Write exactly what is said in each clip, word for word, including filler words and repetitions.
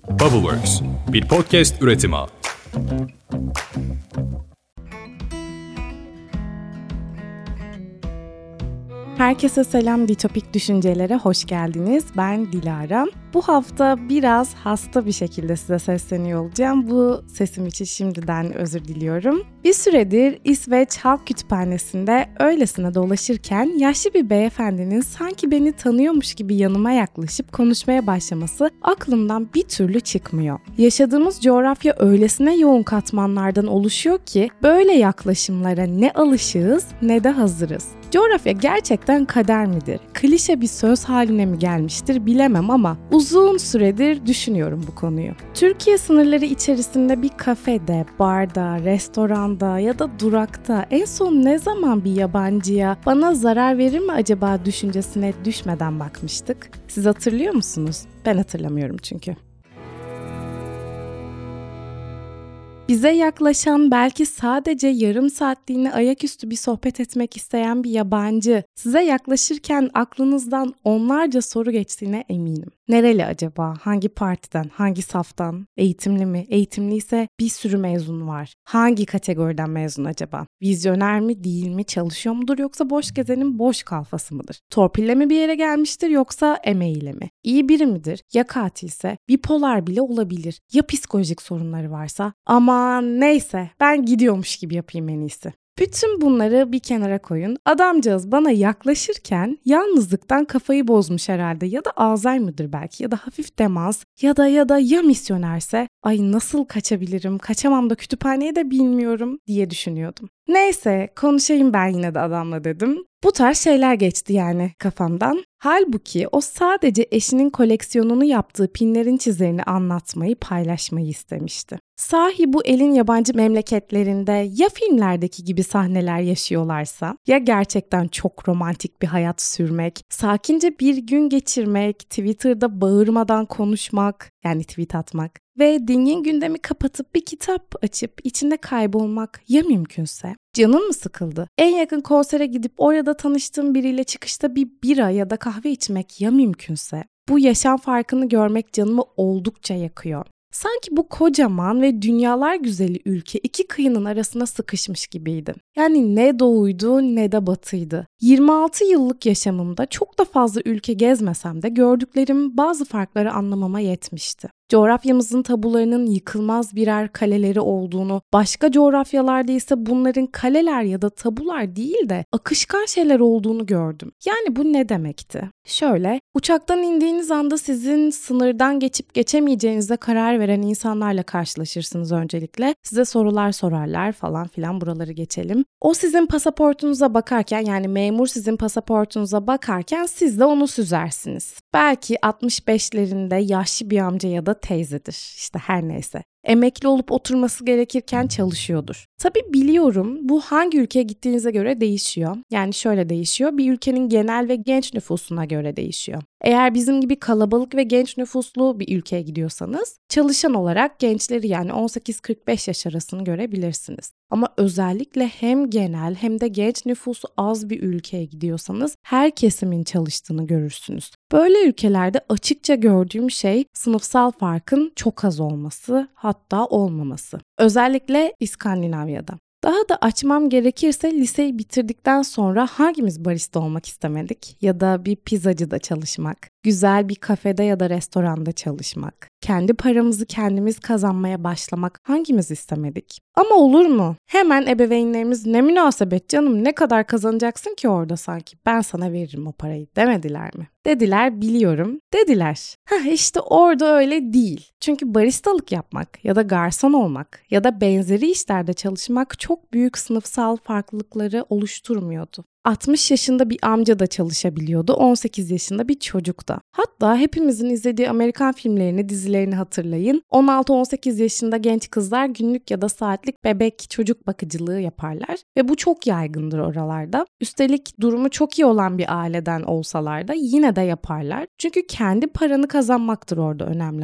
Bubbleworks, bir podcast üretimi. Herkese selam, Ditopik Düşüncelere hoş geldiniz. Ben Dilara. Bu hafta biraz hasta bir şekilde size sesleniyor olacağım. Bu sesim için şimdiden özür diliyorum. Bir süredir İsveç Halk Kütüphanesi'nde öylesine dolaşırken yaşlı bir beyefendinin sanki beni tanıyormuş gibi yanıma yaklaşıp konuşmaya başlaması aklımdan bir türlü çıkmıyor. Yaşadığımız coğrafya öylesine yoğun katmanlardan oluşuyor ki böyle yaklaşımlara ne alışığız ne de hazırız. Coğrafya gerçekten kader midir? Klişe bir söz haline mi gelmiştir bilemem ama uzun süredir düşünüyorum bu konuyu. Türkiye sınırları içerisinde bir kafede, barda, restoranda ya da durakta en son ne zaman bir yabancıya bana zarar verir mi acaba düşüncesine düşmeden bakmıştık? Siz hatırlıyor musunuz? Ben hatırlamıyorum çünkü. Bize yaklaşan, belki sadece yarım saatliğine ayaküstü bir sohbet etmek isteyen bir yabancı size yaklaşırken aklınızdan onlarca soru geçtiğine eminim. Nereli acaba? Hangi partiden? Hangi saftan? Eğitimli mi? Eğitimliyse bir sürü mezun var. Hangi kategoriden mezun acaba? Vizyoner mi? Değil mi? Çalışıyor mudur? Yoksa boş gezenin boş kalfası mıdır? Torpille mi bir yere gelmiştir yoksa emeğiyle mi? İyi biri midir? Ya katilse? Bipolar bile olabilir. Ya psikolojik sorunları varsa? Aman neyse, ben gidiyormuş gibi yapayım en iyisi. Bütün bunları bir kenara koyun. Adamcağız bana yaklaşırken yalnızlıktan kafayı bozmuş herhalde ya da Alzheimer'dır belki ya da hafif demans ya da ya da ya misyonerse ay nasıl kaçabilirim, kaçamam da kütüphaneye de bilmiyorum diye düşünüyordum. Neyse konuşayım ben yine de adamla dedim. Bu tarz şeyler geçti yani kafamdan. Halbuki o sadece eşinin koleksiyonunu yaptığı pinlerin çizerini anlatmayı, paylaşmayı istemişti. Sahi bu elin yabancı memleketlerinde ya filmlerdeki gibi sahneler yaşıyorlarsa, ya gerçekten çok romantik bir hayat sürmek, sakince bir gün geçirmek, Twitter'da bağırmadan konuşmak, yani tweet atmak ve dingin gündemi kapatıp bir kitap açıp içinde kaybolmak ya mümkünse? Canın mı sıkıldı? En yakın konsere gidip orada tanıştığın biriyle çıkışta bir bira ya da kahve içmek ya mümkünse? Bu yaşam farkını görmek canımı oldukça yakıyor. Sanki bu kocaman ve dünyalar güzeli ülke iki kıyının arasına sıkışmış gibiydi. Yani ne doğuydu ne de batıydı. yirmi altı yıllık yaşamımda çok da fazla ülke gezmesem de gördüklerim bazı farkları anlamama yetmişti. Coğrafyamızın tabularının yıkılmaz birer kaleleri olduğunu, başka coğrafyalarda ise bunların kaleler ya da tabular değil de akışkan şeyler olduğunu gördüm. Yani bu ne demekti? Şöyle, uçaktan indiğiniz anda sizin sınırdan geçip geçemeyeceğinize karar veren insanlarla karşılaşırsınız öncelikle. Size sorular sorarlar falan filan, buraları geçelim. O sizin pasaportunuza bakarken, yani memur sizin pasaportunuza bakarken siz de onu süzersiniz. Belki altmış beşlerinde yaşlı bir amca ya da teyzedir. İşte her neyse. Emekli olup oturması gerekirken çalışıyordur. Tabii biliyorum bu hangi ülkeye gittiğinize göre değişiyor. Yani şöyle değişiyor. Bir ülkenin genel ve genç nüfusuna göre değişiyor. Eğer bizim gibi kalabalık ve genç nüfuslu bir ülkeye gidiyorsanız çalışan olarak gençleri, yani on sekiz kırk beş yaş arasını görebilirsiniz. Ama özellikle hem genel hem de genç nüfusu az bir ülkeye gidiyorsanız her kesimin çalıştığını görürsünüz. Böyle ülkelerde açıkça gördüğüm şey sınıfsal farkın çok az olması, hatta olmaması. Özellikle İskandinavya'da. Daha da açmam gerekirse liseyi bitirdikten sonra hangimiz barista olmak istemedik? Ya da bir pizzacıda çalışmak, güzel bir kafede ya da restoranda çalışmak, kendi paramızı kendimiz kazanmaya başlamak hangimiz istemedik? Ama olur mu? Hemen ebeveynlerimiz ne münasebet canım, ne kadar kazanacaksın ki orada sanki, ben sana veririm o parayı demediler mi? Dediler, biliyorum. Dediler. Heh, işte orada öyle değil. Çünkü baristalık yapmak ya da garson olmak ya da benzeri işlerde çalışmak çok büyük sınıfsal farklılıkları oluşturmuyordu. altmış yaşında bir amca da çalışabiliyordu, on sekiz yaşında bir çocuk da. Hatta hepimizin izlediği Amerikan filmlerini, dizilerini hatırlayın. on altı on sekiz yaşında genç kızlar günlük ya da saatlik bebek çocuk bakıcılığı yaparlar ve bu çok yaygındır oralarda. Üstelik durumu çok iyi olan bir aileden olsalar da yine de yaparlar. Çünkü kendi paranı kazanmaktır orada önemli olan.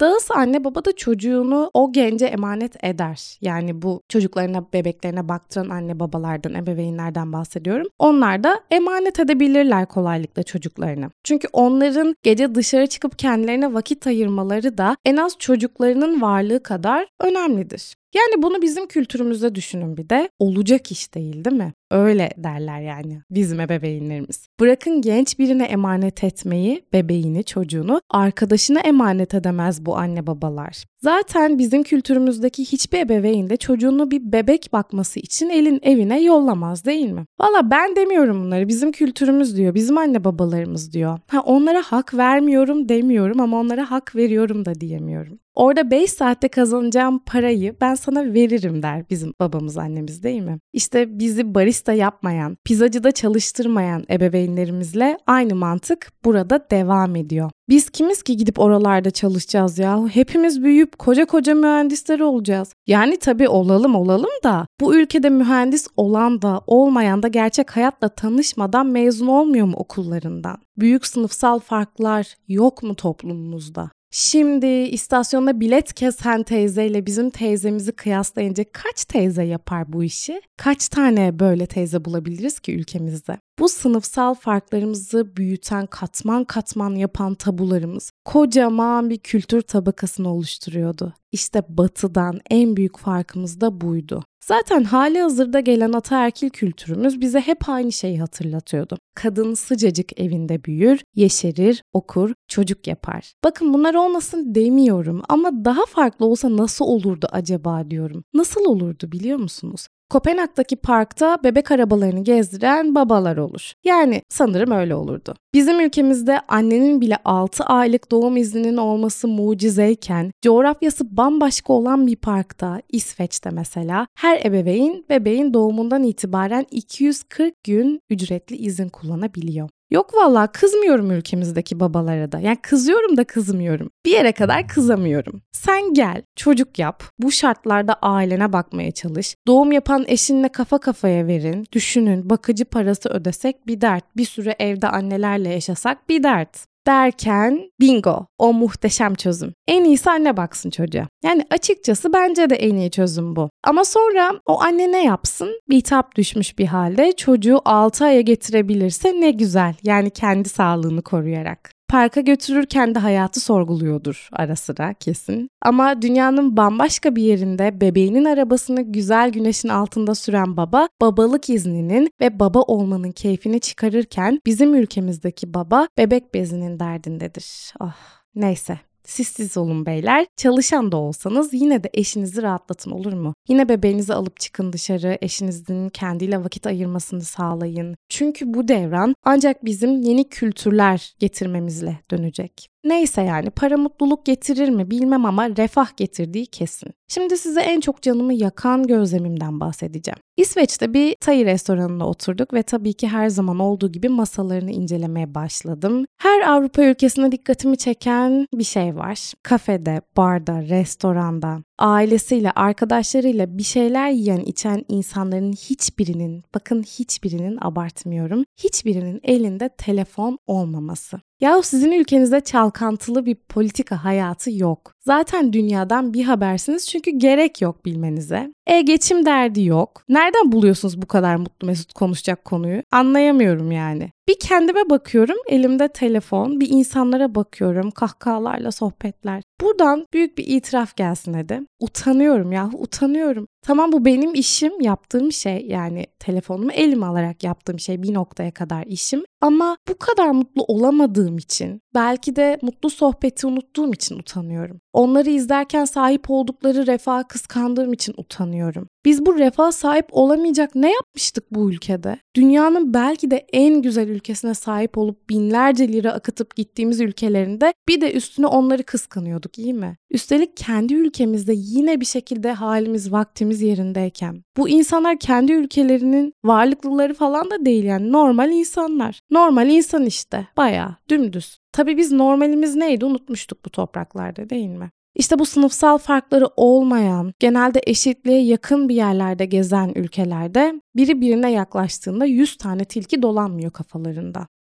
Dahası anne baba da çocuğunu o gence emanet eder. Yani bu çocuklarına, bebeklerine baktıran anne babalardan, ebeveynlerden bahsediyorum. Onlar da emanet edebilirler kolaylıkla çocuklarını. Çünkü onların gece dışarı çıkıp kendilerine vakit ayırmaları da en az çocuklarının varlığı kadar önemlidir. Yani bunu bizim kültürümüzde düşünün bir de. Olacak iş değil, değil mi? Öyle derler yani bizim ebeveynlerimiz. Bırakın genç birine emanet etmeyi, bebeğini, çocuğunu, arkadaşına emanet edemez bu anne babalar. Zaten bizim kültürümüzdeki hiçbir ebeveyn de çocuğunu bir bebek bakması için elin evine yollamaz, değil mi? Valla ben demiyorum bunları. Bizim kültürümüz diyor, bizim anne babalarımız diyor. Ha, onlara hak vermiyorum demiyorum ama onlara hak veriyorum da diyemiyorum. Orada beş saatte kazanacağım parayı ben sana veririm der bizim babamız, annemiz, değil mi? İşte bizi barista yapmayan, pizzacıda çalıştırmayan ebeveynlerimizle aynı mantık burada devam ediyor. Biz kimiz ki gidip oralarda çalışacağız ya? Hepimiz büyüyüp koca koca mühendisler olacağız. Yani tabii olalım olalım da bu ülkede mühendis olan da olmayan da gerçek hayatla tanışmadan mezun olmuyor mu okullarından? Büyük sınıfsal farklar yok mu toplumumuzda? Şimdi istasyonda bilet kesen teyzeyle bizim teyzemizi kıyaslayınca kaç teyze yapar bu işi? Kaç tane böyle teyze bulabiliriz ki ülkemizde? Bu sınıfsal farklarımızı büyüten, katman katman yapan tabularımız kocaman bir kültür tabakasını oluşturuyordu. İşte Batı'dan en büyük farkımız da buydu. Zaten hali hazırda gelen ataerkil kültürümüz bize hep aynı şeyi hatırlatıyordu. Kadın sıcacık evinde büyür, yeşerir, okur, çocuk yapar. Bakın bunlar olmasın demiyorum ama daha farklı olsa nasıl olurdu acaba diyorum. Nasıl olurdu biliyor musunuz? Kopenhag'daki parkta bebek arabalarını gezdiren babalar olur. Yani sanırım öyle olurdu. Bizim ülkemizde annenin bile altı aylık doğum izninin olması mucizeyken, coğrafyası bambaşka olan bir parkta, İsveç'te mesela, her ebeveyn bebeğin doğumundan itibaren iki yüz kırk gün ücretli izin kullanabiliyor. Yok vallahi kızmıyorum ülkemizdeki babalara da. Yani kızıyorum da kızmıyorum. Bir yere kadar kızamıyorum. Sen gel, çocuk yap. Bu şartlarda ailene bakmaya çalış. Doğum yapan eşinle kafa kafaya verin. Düşünün, bakıcı parası ödesek bir dert. Bir süre evde annelerle yaşasak bir dert. Derken bingo, o muhteşem çözüm. En iyisi anne baksın çocuğa. Yani açıkçası bence de en iyi çözüm bu. Ama sonra o anne ne yapsın? Bitap düşmüş bir halde çocuğu altı aya getirebilirse ne güzel. Yani kendi sağlığını koruyarak. Parka götürürken de hayatı sorguluyordur ara sıra kesin. Ama dünyanın bambaşka bir yerinde bebeğinin arabasını güzel güneşin altında süren baba, babalık izninin ve baba olmanın keyfini çıkarırken bizim ülkemizdeki baba bebek bezinin derdindedir. Ah, neyse. Siz siz olun beyler. Çalışan da olsanız yine de eşinizi rahatlatın, olur mu? Yine bebeğinizi alıp çıkın dışarı, eşinizin kendiyle vakit ayırmasını sağlayın. Çünkü bu devran ancak bizim yeni kültürler getirmemizle dönecek. Neyse yani para mutluluk getirir mi bilmem ama refah getirdiği kesin. Şimdi size en çok canımı yakan gözlemimden bahsedeceğim. İsveç'te bir Thai restoranında oturduk ve tabii ki her zaman olduğu gibi masalarını incelemeye başladım. Her Avrupa ülkesine dikkatimi çeken bir şey var. Kafede, barda, restoranda, ailesiyle, arkadaşlarıyla bir şeyler yiyen, içen insanların hiçbirinin, bakın hiçbirinin abartmıyorum, hiçbirinin elinde telefon olmaması. Yahu sizin ülkenizde çalkantılı bir politika hayatı yok. Zaten dünyadan bir habersiniz çünkü gerek yok bilmenize. E geçim derdi yok. Nereden buluyorsunuz bu kadar mutlu mesut konuşacak konuyu? Anlayamıyorum yani. Bir kendime bakıyorum, elimde telefon, bir insanlara bakıyorum, kahkahalarla sohbetler. Buradan büyük bir itiraf gelsin hadi. Utanıyorum ya, utanıyorum. Tamam bu benim işim, yaptığım şey yani telefonumu elime alarak yaptığım şey bir noktaya kadar işim. Ama bu kadar mutlu olamadığım için, belki de mutlu sohbeti unuttuğum için utanıyorum. Onları izlerken sahip oldukları refaha kıskandığım için utanıyorum. Biz bu refaha sahip olamayacak ne yapmıştık bu ülkede? Dünyanın belki de en güzel ülkesine sahip olup binlerce lira akıtıp gittiğimiz ülkelerinde bir de üstüne onları kıskanıyorduk, iyi mi? Üstelik kendi ülkemizde yine bir şekilde halimiz, vaktimiz yerindeyken. Bu insanlar kendi ülkelerinin varlıklıları falan da değil yani normal insanlar. Normal insan işte, bayağı dümdüz. Tabii biz normalimiz neydi unutmuştuk bu topraklarda, değil mi? İşte bu sınıfsal farkları olmayan, genelde eşitliğe yakın bir yerlerde gezen ülkelerde biri birine yaklaştığında yüz tane tilki dolanmıyor kafalarında.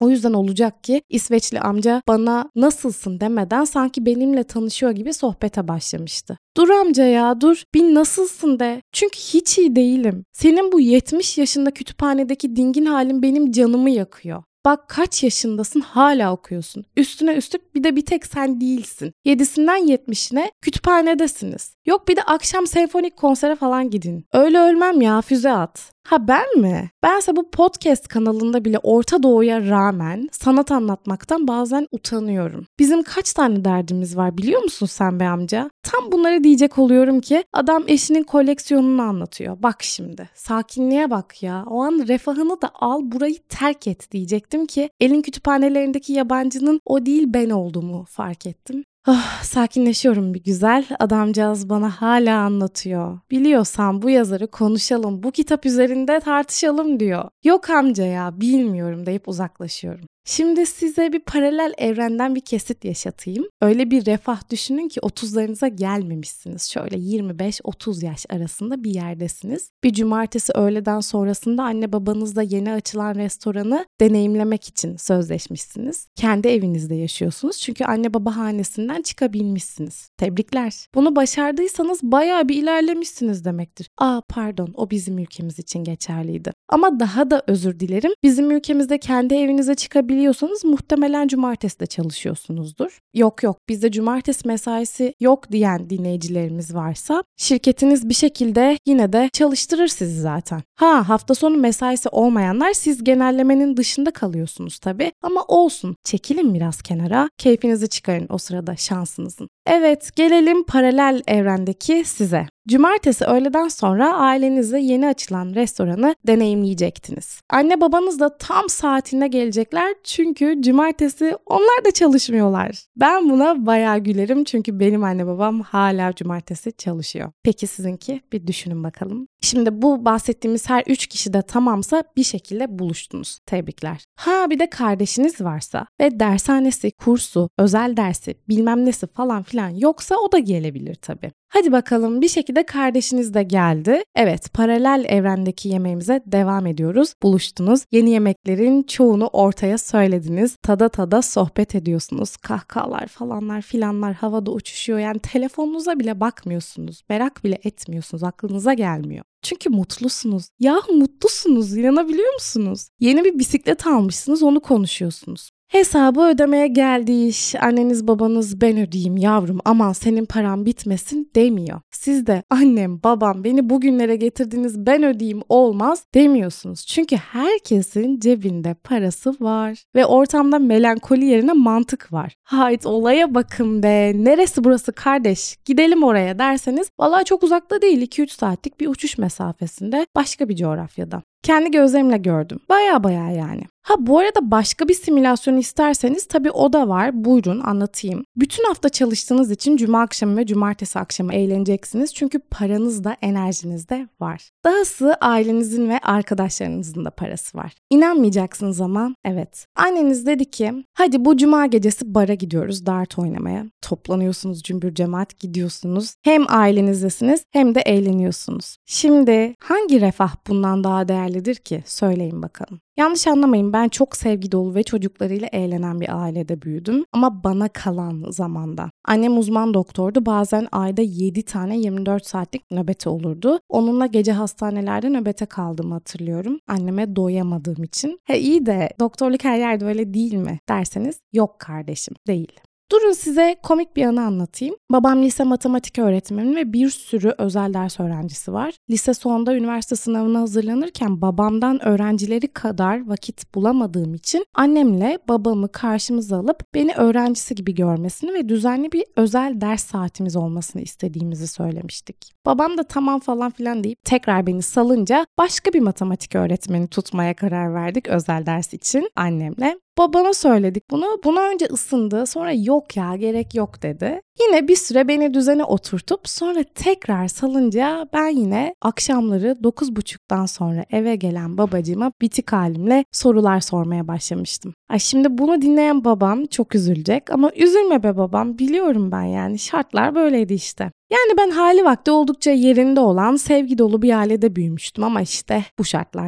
O yüzden olacak ki İsveçli amca bana nasılsın demeden sanki benimle tanışıyor gibi sohbete başlamıştı. Dur amca ya dur bir nasılsın de. Çünkü hiç iyi değilim. Senin bu yetmiş yaşında kütüphanedeki dingin halin benim canımı yakıyor. Bak kaç yaşındasın hala okuyorsun. Üstüne üstlük bir de bir tek sen değilsin. Yedisinden yetmişine kütüphanedesiniz. Yok bir de akşam senfonik konsere falan gidin. Öyle ölmem ya füze at. Ha ben mi? Bense bu podcast kanalında bile Orta Doğu'ya rağmen sanat anlatmaktan bazen utanıyorum. Bizim kaç tane derdimiz var biliyor musun sen be amca? Tam bunları diyecek oluyorum ki adam eşinin koleksiyonunu anlatıyor. Bak şimdi sakinliğe bak ya. O an refahını da al burayı terk et diyecektim ki elin kütüphanelerindeki yabancının o değil ben olduğumu fark ettim. Oh, sakinleşiyorum bir güzel. Adamcağız bana hala anlatıyor. Biliyorsan bu yazarı konuşalım, bu kitap üzerinde tartışalım diyor. Yok amca ya bilmiyorum deyip uzaklaşıyorum. Şimdi size bir paralel evrenden bir kesit yaşatayım. Öyle bir refah düşünün ki otuzlarınıza gelmemişsiniz. Şöyle yirmi beş otuz yaş arasında bir yerdesiniz. Bir cumartesi öğleden sonrasında anne babanızla yeni açılan restoranı deneyimlemek için sözleşmişsiniz. Kendi evinizde yaşıyorsunuz çünkü anne baba hanesinden çıkabilmişsiniz. Tebrikler. Bunu başardıysanız bayağı bir ilerlemişsiniz demektir. Aa pardon o bizim ülkemiz için geçerliydi. Ama daha da özür dilerim. Bizim ülkemizde kendi evinize çıkabilirsiniz. Biliyorsanız muhtemelen cumartesi de çalışıyorsunuzdur. Yok yok bizde cumartesi mesaisi yok diyen dinleyicilerimiz varsa şirketiniz bir şekilde yine de çalıştırır sizi zaten. Ha hafta sonu mesaisi olmayanlar siz genellemenin dışında kalıyorsunuz tabii ama olsun çekilin biraz kenara keyfinizi çıkarın o sırada şansınızın. Evet gelelim paralel evrendeki size. Cumartesi öğleden sonra ailenizle yeni açılan restoranı deneyimleyecektiniz. Anne babanız da tam saatinde gelecekler çünkü cumartesi onlar da çalışmıyorlar. Ben buna bayağı gülerim çünkü benim anne babam hala cumartesi çalışıyor. Peki sizinki? Bir düşünün bakalım. Şimdi bu bahsettiğimiz her üç kişi de tamamsa bir şekilde buluştunuz. Tebrikler. Ha bir de kardeşiniz varsa ve dershanesi, kursu, özel dersi, bilmem nesi falan filan yoksa o da gelebilir tabii. Hadi bakalım bir şekilde kardeşiniz de geldi. Evet paralel evrendeki yemeğimize devam ediyoruz. Buluştunuz. Yeni yemeklerin çoğunu ortaya söylediniz. Tada tada sohbet ediyorsunuz. Kahkahalar falanlar filanlar havada uçuşuyor. Yani telefonunuza bile bakmıyorsunuz. Merak bile etmiyorsunuz. Aklınıza gelmiyor. Çünkü mutlusunuz. Yahu mutlusunuz. İnanabiliyor musunuz? Yeni bir bisiklet almışsınız onu konuşuyorsunuz. Hesabı ödemeye geldi iş. Anneniz babanız ben ödeyeyim yavrum aman senin paran bitmesin demiyor. Siz de annem babam beni bugünlere getirdiniz ben ödeyeyim olmaz demiyorsunuz. Çünkü herkesin cebinde parası var. Ve ortamda melankoli yerine mantık var. Hayt olaya bakın be neresi burası kardeş gidelim oraya derseniz vallahi çok uzakta değil iki üç saatlik bir uçuş mesafesinde başka bir coğrafyada. Kendi gözlerimle gördüm. Baya baya yani. Ha bu arada başka bir simülasyon isterseniz tabii o da var. Buyurun anlatayım. Bütün hafta çalıştığınız için cuma akşamı ve cumartesi akşamı eğleneceksiniz. Çünkü paranız da enerjiniz de var. Dahası ailenizin ve arkadaşlarınızın da parası var. İnanmayacaksınız ama evet. Anneniz dedi ki hadi bu cuma gecesi bara gidiyoruz dart oynamaya. Toplanıyorsunuz cümbür cemaat gidiyorsunuz. Hem ailenizdesiniz hem de eğleniyorsunuz. Şimdi hangi refah bundan daha değerlidir ki? Söyleyin bakalım. Yanlış anlamayın ben çok sevgi dolu ve çocuklarıyla eğlenen bir ailede büyüdüm ama bana kalan zamanda. Annem uzman doktordu bazen ayda yedi tane yirmi dört saatlik nöbeti olurdu. Onunla gece hastanelerde nöbete kaldığımı hatırlıyorum. Anneme doyamadığım için. He iyi de doktorluk her yerde öyle değil mi derseniz yok kardeşim değil. Durun size komik bir anı anlatayım. Babam lise matematik öğretmeni ve bir sürü özel ders öğrencisi var. Lise sonunda üniversite sınavına hazırlanırken babamdan öğrencileri kadar vakit bulamadığım için annemle babamı karşımıza alıp beni öğrencisi gibi görmesini ve düzenli bir özel ders saatimiz olmasını istediğimizi söylemiştik. Babam da tamam falan filan deyip tekrar beni salınca başka bir matematik öğretmeni tutmaya karar verdik özel ders için annemle. Babama söyledik bunu. Buna önce ısındı. Sonra yok ya gerek yok dedi. Yine bir süre beni düzene oturtup sonra tekrar salınca ben yine akşamları dokuz buçuktan sonra eve gelen babacığıma bitik halimle sorular sormaya başlamıştım. Ay şimdi bunu dinleyen babam çok üzülecek ama üzülme be babam biliyorum ben yani şartlar böyleydi işte. Yani ben hali vakti oldukça yerinde olan sevgi dolu bir ailede büyümüştüm ama işte bu şartlarda.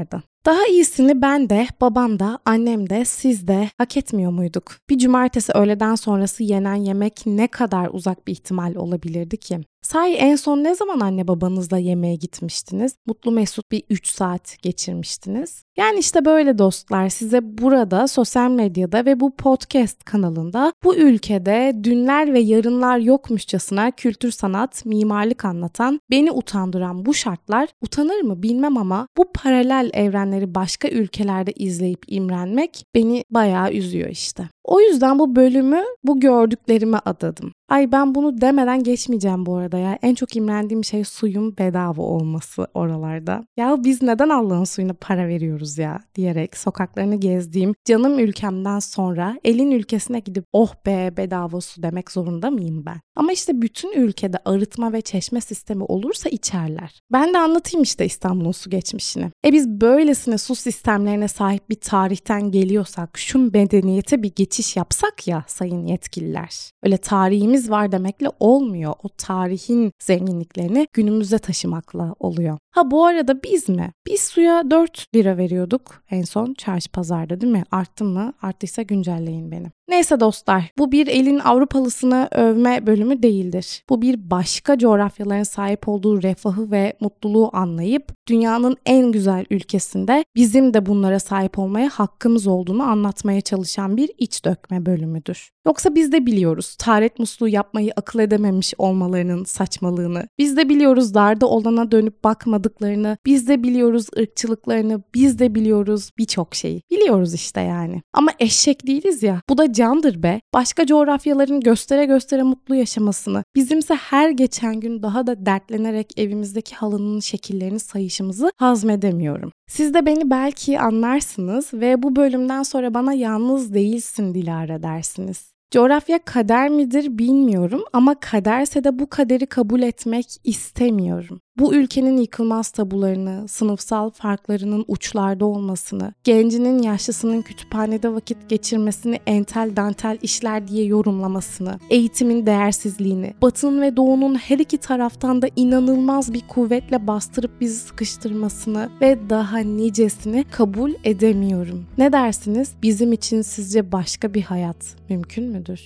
Daha iyisini ben de, babam da, annem de, siz de hak etmiyor muyduk? Bir cumartesi öğleden sonrası yenen yemek ne kadar uzak bir ihtimal olabilirdi ki? Sahi en son ne zaman anne babanızla yemeğe gitmiştiniz? Mutlu mesut bir üç saat geçirmiştiniz. Yani işte böyle dostlar, size burada sosyal medyada ve bu podcast kanalında bu ülkede dünler ve yarınlar yokmuşçasına kültür, sanat, mimarlık anlatan, beni utandıran bu şartlar, utanır mı bilmem ama bu paralel evrenleri başka ülkelerde izleyip imrenmek beni bayağı üzüyor işte. O yüzden bu bölümü bu gördüklerime adadım. Ay ben bunu demeden geçmeyeceğim bu arada ya. En çok imrendiğim şey suyun bedava olması oralarda. Ya biz neden Allah'ın suyuna para veriyoruz ya diyerek sokaklarını gezdiğim canım ülkemden sonra elin ülkesine gidip oh be bedava su demek zorunda mıyım ben? Ama işte bütün ülkede arıtma ve çeşme sistemi olursa içerler. Ben de anlatayım işte İstanbul'un su geçmişini. E biz böylesine su sistemlerine sahip bir tarihten geliyorsak şu medeniyete bir geçiş yapsak ya sayın yetkililer. Öyle tarihimiz var demekle olmuyor. O tarihin zenginliklerini günümüze taşımakla oluyor. Ha bu arada biz mi? Biz suya dört lira veriyorduk en son çarşı pazarda değil mi? Arttı mı? Arttıysa güncelleyin beni. Neyse dostlar, bu bir elin Avrupalısını övme bölümü değildir. Bu bir başka coğrafyaların sahip olduğu refahı ve mutluluğu anlayıp dünyanın en güzel ülkesinde bizim de bunlara sahip olmaya hakkımız olduğunu anlatmaya çalışan bir iç dökme bölümüdür. Yoksa biz de biliyoruz taharet musluğu yapmayı akıl edememiş olmalarının saçmalığını. Biz de biliyoruz darda olana dönüp bakmadıklarını. Biz de biliyoruz ırkçılıklarını. Biz de biliyoruz birçok şeyi. Biliyoruz işte yani. Ama eşek değiliz ya. Bu da candır be. Başka coğrafyaların göstere göstere mutlu yaşamasını, bizimse her geçen gün daha da dertlenerek evimizdeki halının şekillerini sayışımızı hazmedemiyorum. Siz de beni belki anlarsınız ve bu bölümden sonra bana yalnız değilsin Dilara dersiniz. Coğrafya kader midir bilmiyorum ama kaderse de bu kaderi kabul etmek istemiyorum. Bu ülkenin yıkılmaz tabularını, sınıfsal farklarının uçlarda olmasını, gencinin yaşlısının kütüphanede vakit geçirmesini entel dantel işler diye yorumlamasını, eğitimin değersizliğini, Batı'nın ve Doğu'nun her iki taraftan da inanılmaz bir kuvvetle bastırıp bizi sıkıştırmasını ve daha nicesini kabul edemiyorum. Ne dersiniz? Bizim için sizce başka bir hayat mümkün müdür?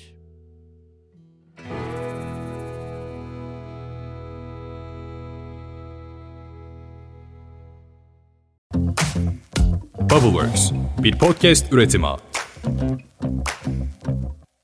Bubbleworks, bir podcast üretimi.